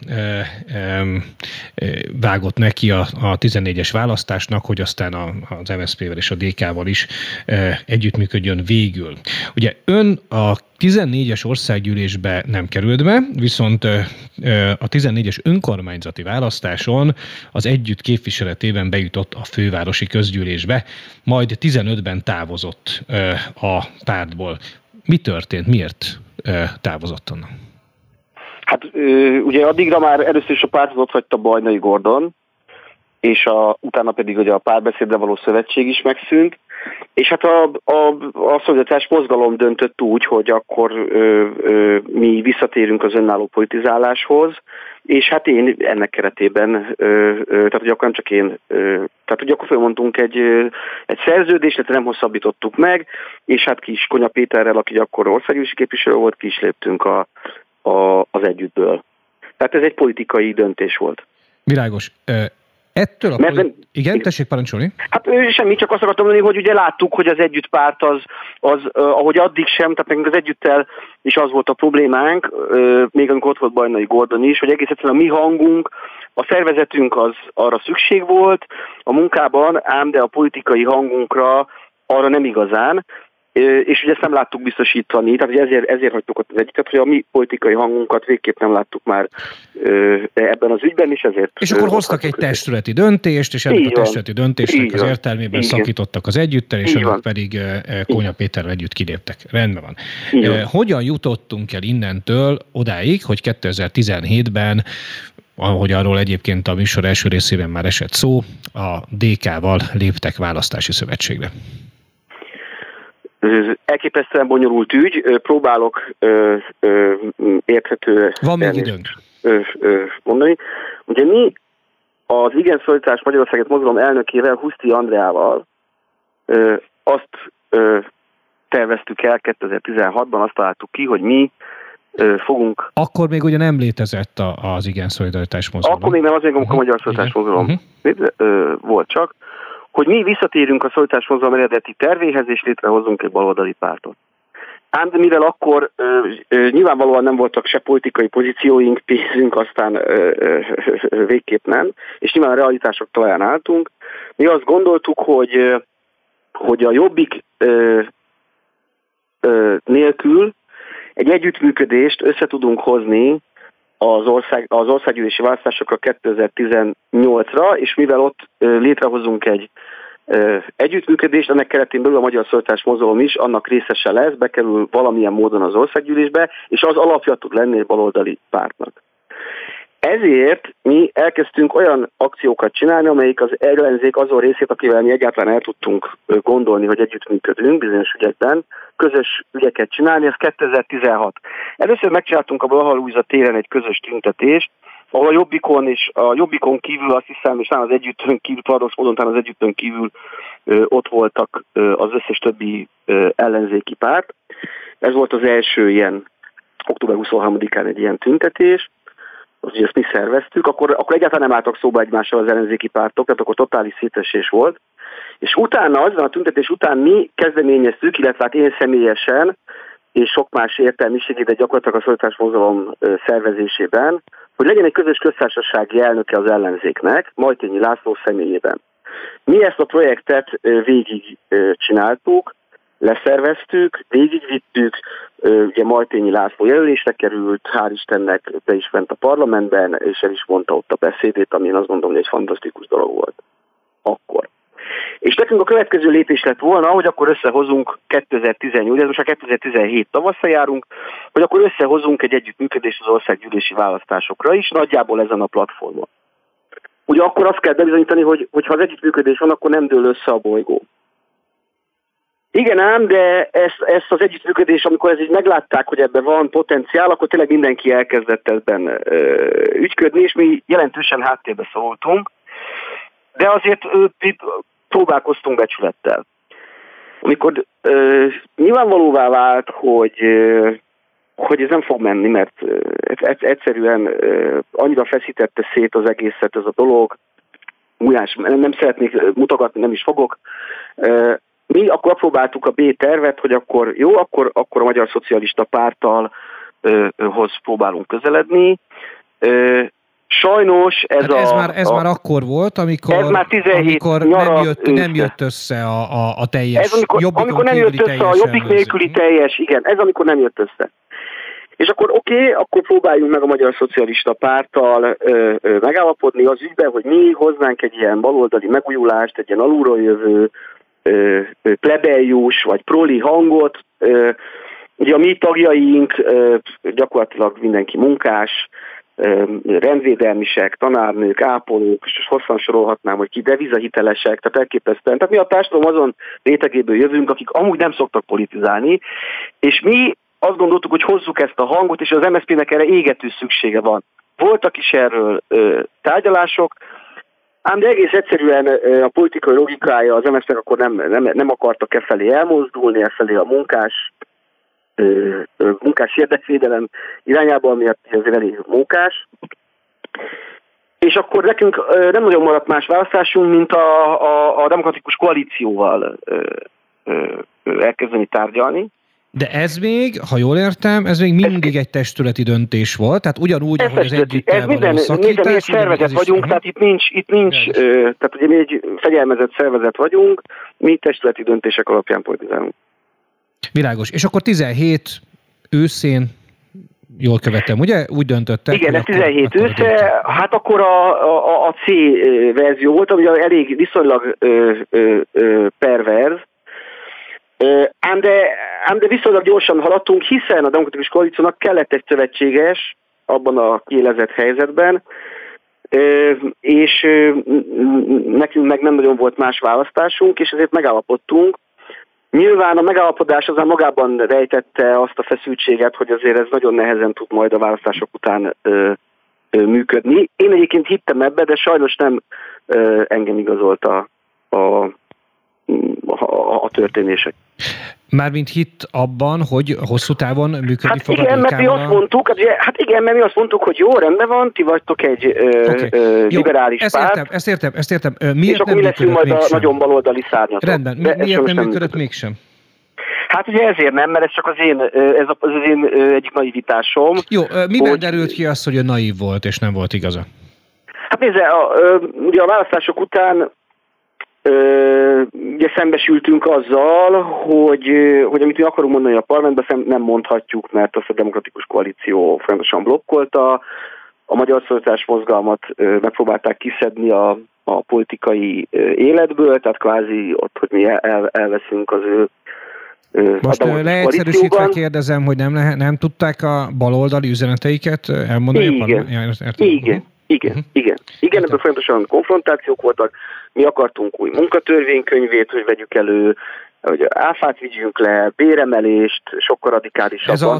vágott neki a 14-es választásnak, hogy aztán az MSZP-vel és a DK-val is együttműködjön végül. Ugye ön a 14-es országgyűlésbe nem került be, viszont a 14-es önkormányzati választáson az Együtt képviseletében bejutott a fővárosi közgyűlésbe, majd 15-ben távozott a pártból. Mi történt? Miért távozott onnan? Hát ugye addigra már először is a pártot ott hagyta Vajnai Gordon, és utána pedig ugye a Párbeszéddel való szövetség is megszűnt, és hát a Szolidaritás mozgalom döntött úgy, hogy akkor mi visszatérünk az önálló politizáláshoz, és hát én ennek keretében, tehát ugye akkor nem csak én, tehát ugye akkor felmondtunk egy szerződést, tehát nem hosszabbítottuk meg, és hát Kis Konya Péterrel, aki akkor országgyűlési képviselő volt, ki is léptünk az Együttből. Tehát ez egy politikai döntés volt. Világos. Ettől igen, tessék parancsolni. Hát semmi, csak azt akartam mondani, hogy ugye láttuk, hogy az Együttpárt az ahogy addig sem, tehát nekünk az Együttel is az volt a problémánk, még amikor ott volt Vajnai Gordon is, hogy egész egyszerűen a mi hangunk, a szervezetünk az arra szükség volt a munkában, ám de a politikai hangunkra arra nem igazán, és ugye ezt nem láttuk biztosítani, tehát ugye ezért hagytuk ott az Együttet, hogy a mi politikai hangunkat végképp nem láttuk már ebben az ügyben, és ezért... És akkor hoztak egy testületi döntést, és ennek a testületi döntésnek az értelmében szakítottak az Együttel, és önök pedig Kónya Péterrel együtt kiléptek. Rendben van. Hogyan jutottunk el innentől odáig, hogy 2017-ben, ahogy arról egyébként a műsor első részében már esett szó, a DK-val léptek választási szövetségre? Elképesztően bonyolult ügy, próbálok érthető van még időnk mondani. Ugye mi az Igen Szolidaritás Magyarországért Mozgalom elnökével, Huszti Andreával azt terveztük el 2016-ban, azt találtuk ki, hogy mi fogunk... Akkor még ugye nem létezett az Igen Szolidaritás Mozgalom. Akkor még nem, az még a Magyar Szolidaritás Mozgalom volt csak, hogy mi visszatérünk a Szolidaritás Mozgalom eredeti tervéhez, és létrehozunk egy baloldali pártot. Ám de mivel akkor nyilvánvalóan nem voltak se politikai pozícióink, pénzünk, aztán végképp nem, és nyilván a realitások talaján álltunk, mi azt gondoltuk, hogy a Jobbik nélkül egy együttműködést össze tudunk hozni az országgyűlési választásokra 2018-ra, és mivel ott létrehozunk együttműködést, ennek keretén belül a Magyar Szolidaritás Mozgalom is annak részese lesz, bekerül valamilyen módon az országgyűlésbe, és az alapja tud lenni egy baloldali pártnak. Ezért mi elkezdtünk olyan akciókat csinálni, amelyik az ellenzék azon részét, akivel mi egyáltalán el tudtunk gondolni, hogy együttműködünk bizonyos ügyekben, közös ügyeket csinálni, ez 2016. Először megcsináltunk a Blaha Lujza téren egy közös tüntetést, ahol a Jobbikon és a Jobbikon kívül azt hiszem, és talán az Együttön kívül, paradox módon talán az Együttön kívül ott voltak az összes többi ellenzéki párt. Ez volt az első ilyen, október 23-án egy ilyen tüntetés, az ugye ezt mi szerveztük, akkor egyáltalán nem álltak szóba egymással az ellenzéki pártok, tehát akkor totális szétesés volt. És utána, azon a tüntetés után mi kezdeményeztük, illetve hát én személyesen, és sok más értelmiségét, de gyakorlatilag a Szolidaritás Mozgalom szervezésében, hogy legyen egy közös köztársasági elnöke az ellenzéknek, Majthényi László személyében. Mi ezt a projektet végig csináltuk, leszerveztük, végigvittük, ugye Majthényi László jelölésre került, hál' Istennek be is ment a parlamentben, és el is mondta ott a beszédét, ami én azt gondolom, hogy egy fantasztikus dolog volt akkor. És nekünk a következő lépés lett volna, hogy akkor összehozunk 2018, ez most a 2017 tavasszal járunk, hogy akkor összehozunk egy együttműködést az országgyűlési választásokra is, nagyjából ezen a platformon. Ugye akkor azt kell bebizonyítani, hogy ha az együttműködés van, akkor nem dől össze a bolygó. Igen ám, de ezt az együttműködés, amikor ez így meglátták, hogy ebben van potenciál, akkor tényleg mindenki elkezdett ebben ügyködni, és mi jelentősen háttérbe szorultunk, de azért próbálkoztunk becsülettel. Amikor nyilvánvalóvá vált, hogy ez nem fog menni, mert egyszerűen annyira feszítette szét az egészet ez a dolog, nem szeretnék mutogatni, nem is fogok. Mi akkor próbáltuk a B tervet, hogy akkor jó, akkor a Magyar Szocialista Párttal hoz próbálunk közeledni. Sajnos ez már akkor volt, amikor, ez már 17 nem jött össze a teljes amikor nem jött össze a Jobbik nélküli teljes, igen, ez amikor nem jött össze. És akkor akkor próbáljunk meg a Magyar Szocialista Párttal megállapodni az ügyben, hogy mi hoznánk egy ilyen baloldali megújulást, egy ilyen alulról jövő plebejus vagy proli hangot. Ugye a mi tagjaink gyakorlatilag mindenki munkás, rendvédelmisek, tanárnők, ápolók, és hosszan sorolhatnám, hogy ki devizahitelesek, tehát elképesztően. Tehát mi a társadalom azon rétegéből jövünk, akik amúgy nem szoktak politizálni, és mi azt gondoltuk, hogy hozzuk ezt a hangot, és az MSZP-nek erre égető szüksége van. Voltak is erről tárgyalások, ám de egész egyszerűen a politikai logikája az MSZP-nek akkor nem akartak felé elmozdulni, felé a munkás érdekvédelem irányába, ami azért elég munkás. És akkor nekünk nem nagyon maradt más választásunk, mint a demokratikus koalícióval elkezdeni tárgyalni. De ez még, ha jól értem, ez még mindig egy testületi döntés volt, tehát ugyanúgy, ahogy az együttel való szakítás. Mi egy szervezet vagyunk, tehát itt nincs tehát ugye mi egy fegyelmezett szervezet vagyunk, mi testületi döntések alapján politizálunk. Világos. És akkor 17 őszén, jól követem, ugye? Úgy döntöttek. Igen, ez 17 ősze, hát akkor a C verzió volt, ami elég viszonylag perverz, ám de viszonylag gyorsan haladtunk, hiszen a demokratikus koalíciónak kellett egy szövetséges abban a kiélezett helyzetben, és nekünk meg nem nagyon volt más választásunk, és ezért megállapodtunk. Nyilván a megállapodás azán magában rejtette azt a feszültséget, hogy azért ez nagyon nehezen tud majd a választások után működni. Én egyébként hittem ebbe, de sajnos nem engem igazolt a történések. Mármint hitt abban, hogy hosszú távon működni fog a DK-val? Mert mi azt mondtuk, hogy jó, rendben van, ti vagytok egy liberális párt. Ezt értem. És akkor mi leszünk majd a nagyon baloldali szárnyatok. Rendben, miért nem működött mégsem? Hát ugye ezért nem, mert ez csak az én egyik naivitásom. Jó, miben derült ki azt, hogy ő naív volt, és nem volt igaza? Hát nézze, ugye a választások után ugye szembesültünk azzal, hogy amit mi akarunk mondani a parlamentben, nem mondhatjuk, mert azt a demokratikus koalíció folyamatosan blokkolta. A Magyar Szolidaritás Mozgalmat megpróbálták kiszedni a politikai életből, tehát kvázi ott, hogy mi elveszünk az ő most leegyszerűsítve kérdezem, hogy nem tudták a baloldali üzeneteiket elmondani? Igen, ebben folyamatosan konfrontációk voltak. Mi akartunk új munkatörvénykönyvét, hogy vegyük elő, hogy áfát vigyünk le, béremelést, sokkal radikálisabban. Ez a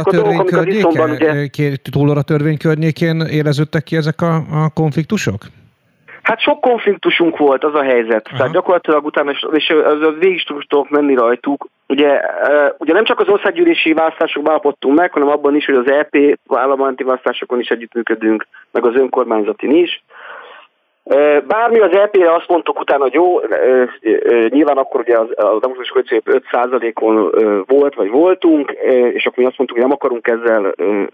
túlóra törvény környékén éreződtek ki ezek a konfliktusok? Hát sok konfliktusunk volt, az a helyzet. Tehát gyakorlatilag utána, és az végig tudok menni rajtuk. Ugye nem csak az országgyűlési választásokban állapodtunk meg, hanem abban is, hogy az EP parlamenti választásokon is együttműködünk, meg az önkormányzatin is. Bármi az EP-re azt mondtuk utána, hogy jó, nyilván akkor ugye a demokratikus koalíció 5%-on volt, vagy voltunk, és akkor mi azt mondtuk, hogy nem akarunk ezzel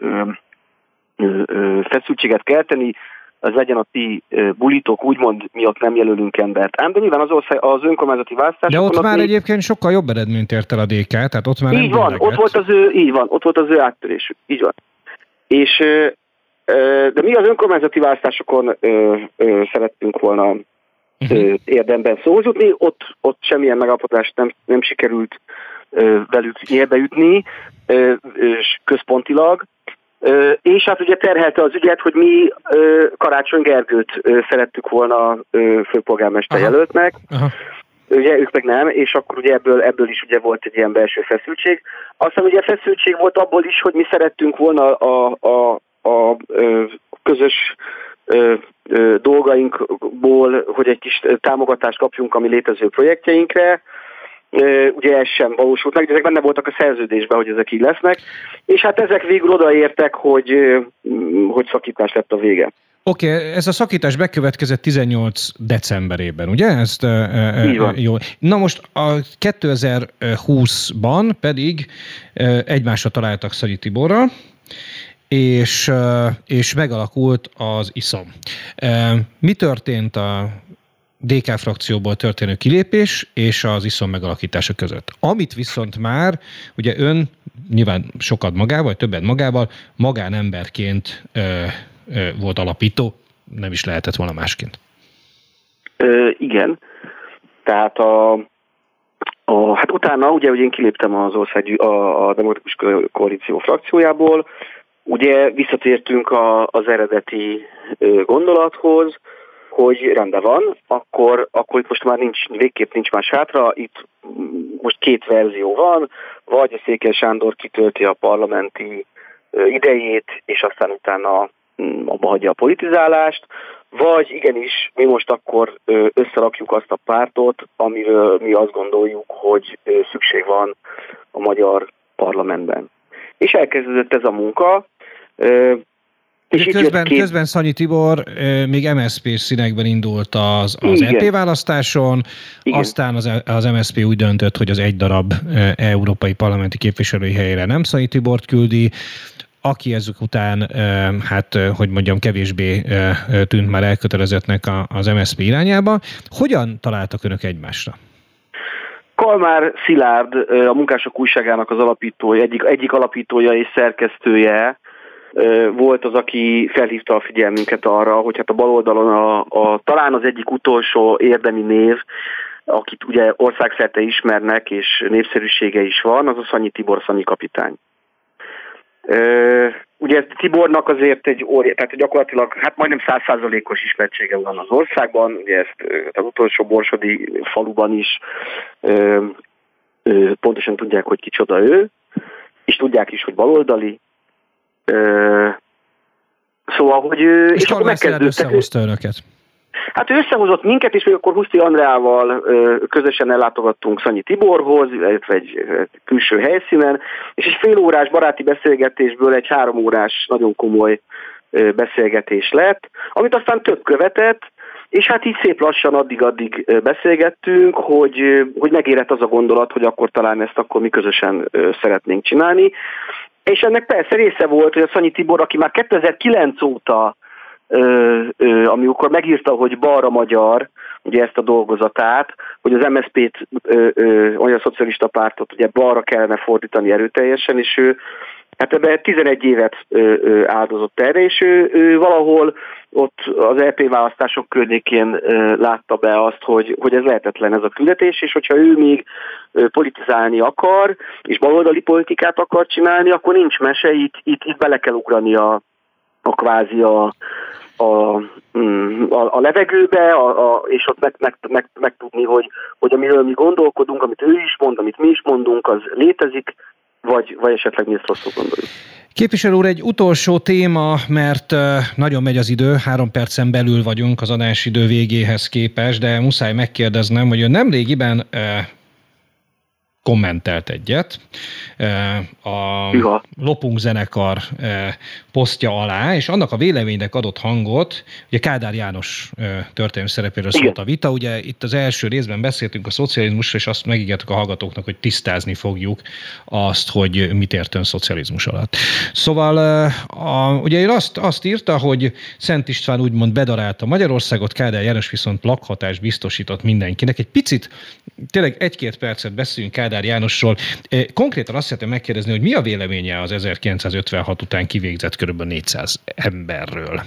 feszültséget kelteni, az legyen a ti bulitok, úgymond mi ott nem jelölünk embert. Ám de nyilván az önkormányzati választásokon... De ott már egyébként sokkal jobb eredményt ért el a DK, tehát ott már így van, ott volt az ő áttörés. Így van. És, de mi az önkormányzati választásokon szerettünk volna érdemben szóhoz jutni, ott semmilyen megállapodást nem sikerült velük érbeütni központilag, és hát ugye terhelte az ügyet, hogy mi Karácsony Gergőt szerettük volna főpolgármester jelöltnek, ugye ők meg nem, és akkor ugye ebből is ugye volt egy ilyen belső feszültség. Aztán ugye feszültség volt abból is, hogy mi szerettünk volna a közös dolgainkból, hogy egy kis támogatást kapjunk a mi létező projektjeinkre. Ugye ez sem valósult meg, de ezek benne voltak a szerződésben, hogy ezek így lesznek, és hát ezek végül odaértek, hogy szakítás lett a vége. Oké, ez a szakítás bekövetkezett 18 decemberében, ugye? Ezt, így van. Jó. Na most a 2020-ban pedig egymásra találtak Szanyi Tiborral, és megalakult az ISZOM. Mi történt a DK frakcióból történő kilépés és az ISZOM megalakítása között? Amit viszont már, ugye ön nyilván sokat magával, vagy többet magával, magánemberként volt alapító, nem is lehetett volna másként. Igen. Tehát hát utána, ugye, hogy én kiléptem a Demokratikus Koalíció frakciójából, ugye visszatértünk az eredeti gondolathoz, hogy rendben van, akkor itt most már végképp nincs más hátra, itt most két verzió van, vagy a Székely Sándor kitölti a parlamenti idejét, és aztán utána abba hagyja a politizálást, vagy igenis mi most akkor összerakjuk azt a pártot, amiről mi azt gondoljuk, hogy szükség van a magyar parlamentben. És elkezdődött ez a munka. És közben Szanyi Tibor még MSZP-s színekben indult az EP választáson, igen. Aztán az MSZP úgy döntött, hogy az egy darab európai parlamenti képviselői helyére nem Szanyi Tibort küldi, aki ezek után, hogy mondjam, kevésbé tűnt már elkötelezettnek az MSZP irányába. Hogyan találtak önök egymásra? Kalmár Szilárd, a Munkások Újságának az alapítója, egyik alapítója és szerkesztője volt az, aki felhívta a figyelmünket arra, hogy hát a baloldalon talán az egyik utolsó érdemi név, akit ugye országszerte ismernek, és népszerűsége is van, az a Szanyi Tibor, Szanyi kapitány. Ugye Tibornak azért tehát gyakorlatilag hát majdnem 100%-os ismertsége van az országban, ugye ezt az utolsó borsodi faluban is pontosan tudják, hogy kicsoda ő, és tudják is, hogy baloldali. Szóval, hogy... És akkor megkezdődtek. Összehozta önöket? Hát ő összehozott minket, és még akkor Huszti Andreával közösen ellátogattunk Szanyi Tiborhoz, egy külső helyszínen, és egy fél órás baráti beszélgetésből egy 3 órás, nagyon komoly beszélgetés lett, amit aztán több követett, és hát így szép lassan addig beszélgettünk, hogy megérett az a gondolat, hogy akkor talán ezt akkor mi közösen szeretnénk csinálni. És ennek persze része volt, hogy a Szanyi Tibor, aki már 2009 óta, amikor megírta, hogy balra magyar, ugye ezt a dolgozatát, hogy az MSZP-t, Magyar Szocialista Pártot ugye balra kellene fordítani erőteljesen, és ő hát ebben 11 évet áldozott erre, és ő valahol ott az EP választások környékén látta be azt, hogy ez lehetetlen ez a küldetés, és hogyha ő még politizálni akar, és baloldali politikát akar csinálni, akkor nincs mese, itt bele kell ugrani a kvázi a levegőbe, és ott megtudni, hogy amiről mi gondolkodunk, amit ő is mond, amit mi is mondunk, az létezik, vagy esetleg mi ezt rosszul gondoljuk. Képviselő úr, egy utolsó téma, mert nagyon megy az idő, 3 percen belül vagyunk az adásidő végéhez képest, de muszáj megkérdeznem, hogy ön nemrégiben kommentelt egyet a Lopunk zenekar posztja alá, és annak a véleménynek adott hangot, ugye Kádár János történelmi szerepéről szólt a vita, ugye itt az első részben beszéltünk a szocializmusról, és azt megígértük a hallgatóknak, hogy tisztázni fogjuk azt, hogy mit ért ön szocializmus alatt. Szóval ugye ő azt írta, hogy Szent István úgymond bedarálta Magyarországot, Kádár János viszont lakhatást biztosított mindenkinek. Egy picit, tényleg 1-2 percet beszéljünk Kádár Jánosról. Konkrétan azt szeretném megkérdezni, hogy mi a véleménye az 1956 után kivégzett kb. 400 emberről?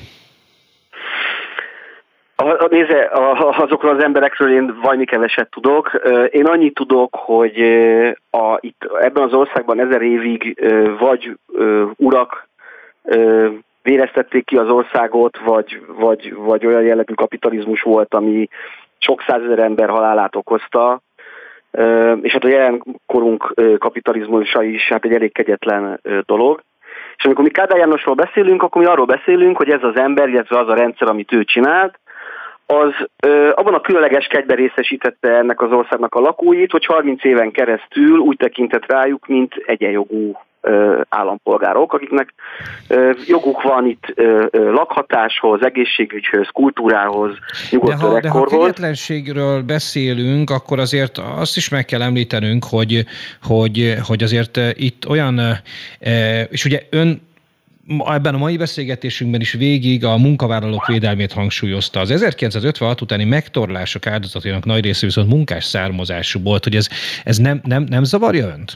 Nézze, azokról az emberekről én valami keveset tudok. Én annyit tudok, hogy itt ebben az országban 1000 évig vagy urak véreztették ki az országot, vagy olyan jellegű kapitalizmus volt, ami sok százezer ember halálát okozta. És hát a jelenkorunk kapitalizmusa is hát egy elég kegyetlen dolog. És amikor mi Kádár Jánosról beszélünk, akkor mi arról beszélünk, hogy ez az ember, illetve az a rendszer, amit ő csinált, az abban a különleges kegyben részesítette ennek az országnak a lakóit, hogy 30 éven keresztül úgy tekintett rájuk, mint egyenjogú állampolgárok, akiknek joguk van itt lakhatáshoz, egészségügyhöz, kultúrához, nyugodt öregkorhoz. De ha kegyetlenségről beszélünk, akkor azért azt is meg kell említenünk, hogy azért itt olyan, és ugye ön ebben a mai beszélgetésünkben is végig a munkavállalók védelmét hangsúlyozta. Az 1956 utáni megtorlások áldozatainak nagy része viszont munkás származású volt, hogy ez nem zavarja önt?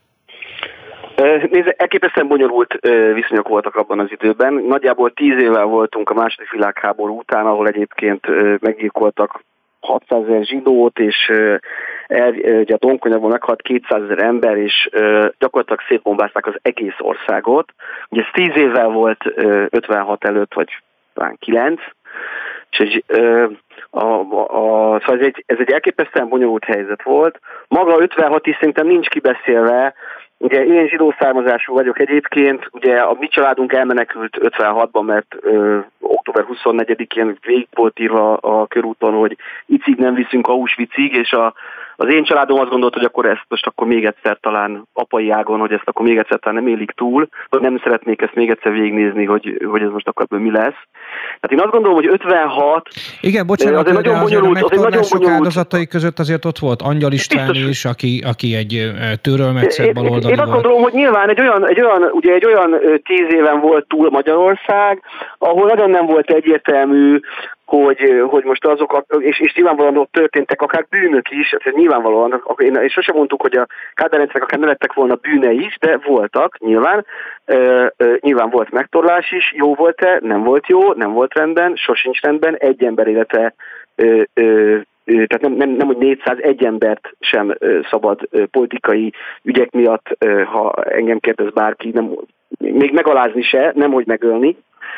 Nézd, elképesztően bonyolult viszonyok voltak abban az időben. Nagyjából 10 évvel voltunk a második világháború után, ahol egyébként meggyilkoltak 600 000 zsidót, és ugye a Donkonyagban meghalt 200 000 ember, és gyakorlatilag szétbombázták az egész országot. Ugye ez 10 évvel volt 56 előtt, vagy talán 9, és szóval ez egy elképesztően bonyolult helyzet volt. Maga 56 is szerintem nincs kibeszélve. Ugye én zsidó származású vagyok egyébként, ugye a mi családunk elmenekült 56-ban, mert október 24-én végig volt írva a körúton, hogy icig nem viszünk Auschwitzig, és az én családom azt gondolt, hogy akkor ezt most akkor még egyszer talán apai ágon, hogy ezt akkor még egyszer talán nem élik túl, hogy nem szeretnék ezt még egyszer végignézni, hogy ez most akkor ebből mi lesz. Tehát én azt gondolom, hogy 56... Igen, bocsánat, de azért a megtorlások áldozatai között azért ott volt Angyal István is, aki egy tőrölmetszett baloldali volt. Én azt gondolom, hogy nyilván egy olyan 10 éven volt túl Magyarország, ahol nagyon nem volt egyértelmű, hogy most azok, és nyilvánvalóan ott történtek akár bűnök is, ez nyilvánvalóan, és sosem mondtuk, hogy a Kádár rendszernek akár ne lettek volna bűne is, de voltak nyilván. Nyilván volt megtorlás is, jó volt-e, nem volt jó, nem volt rendben, sosincs rendben, egy ember élete, tehát nem hogy 401 embert sem szabad politikai ügyek miatt, ha engem kérdez bárki, nem, még megalázni se, nem hogy megölni.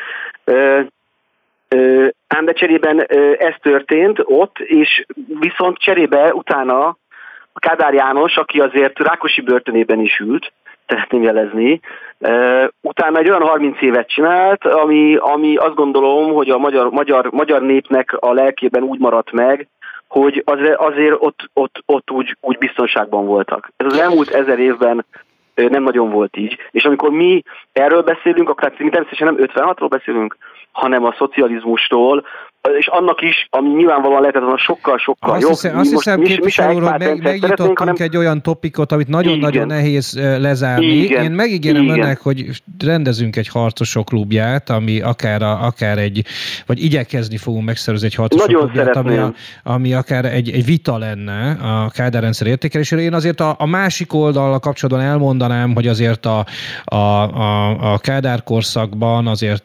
Ám de cserében ez történt ott, és viszont cserébe utána a Kádár János, aki azért Rákosi börtönében is ült, szeretném jelezni, utána egy olyan 30 évet csinált, ami azt gondolom, hogy a magyar népnek a lelkében úgy maradt meg, hogy azért ott úgy biztonságban voltak. Ez az elmúlt 1000 évben nem nagyon volt így. És amikor mi erről beszélünk, akkor mi természetesen nem 56-ról beszélünk, hanem a szocializmusról, és annak is, ami nyilvánvalóan lehetett volna sokkal jobb. Azt hiszem képviselő úr, hogy megnyitottunk egy olyan topikot, amit nagyon-nagyon nehéz lezárni. Igen. Én megígérem önnek, hogy rendezünk egy harcosok klubját, ami akár egy, vagy igyekezni fogunk megszervezni egy harcosok klubját, ami akár egy vita lenne a Kádár rendszer értékelésére. Én azért a másik oldallal kapcsolatban elmondanám, hogy azért a Kádár korszakban azért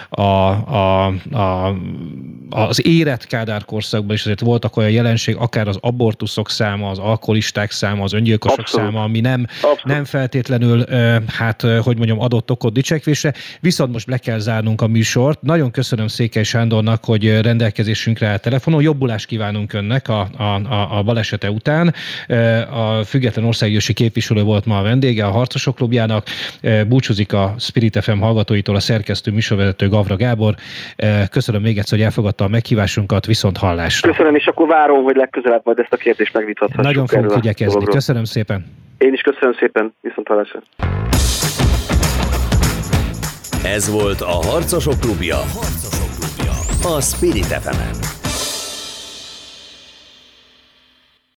az érett Kádár korszakban is azért voltak olyan jelenség, akár az abortuszok száma, az alkoholisták száma, az öngyilkosok száma, ami nem feltétlenül, adott okot dicsekvésre. Viszont most le kell zárnunk a műsort. Nagyon köszönöm Székely Sándornak, hogy rendelkezésünkre áll telefonon. Jobbulást kívánunk önnek a balesete után. A Független Országgyűlési képviselő volt ma a vendége a Harcosok klubjának. Búcsúzik a Spirit FM hallgatóitól a szerkesztő műsorvezető Gavra Gábor. Köszönöm még egyszer, hogy elfogadta a meghívásunkat, viszont hallásra. Köszönöm, és akkor várom, hogy legközelebb majd ezt a kérdést megvitathassuk. Nagyon fogunk igyekezni. Köszönöm szépen. Én is köszönöm szépen, viszont hallásra. Ez volt a Harcosok klubja. A Spirit FM-en.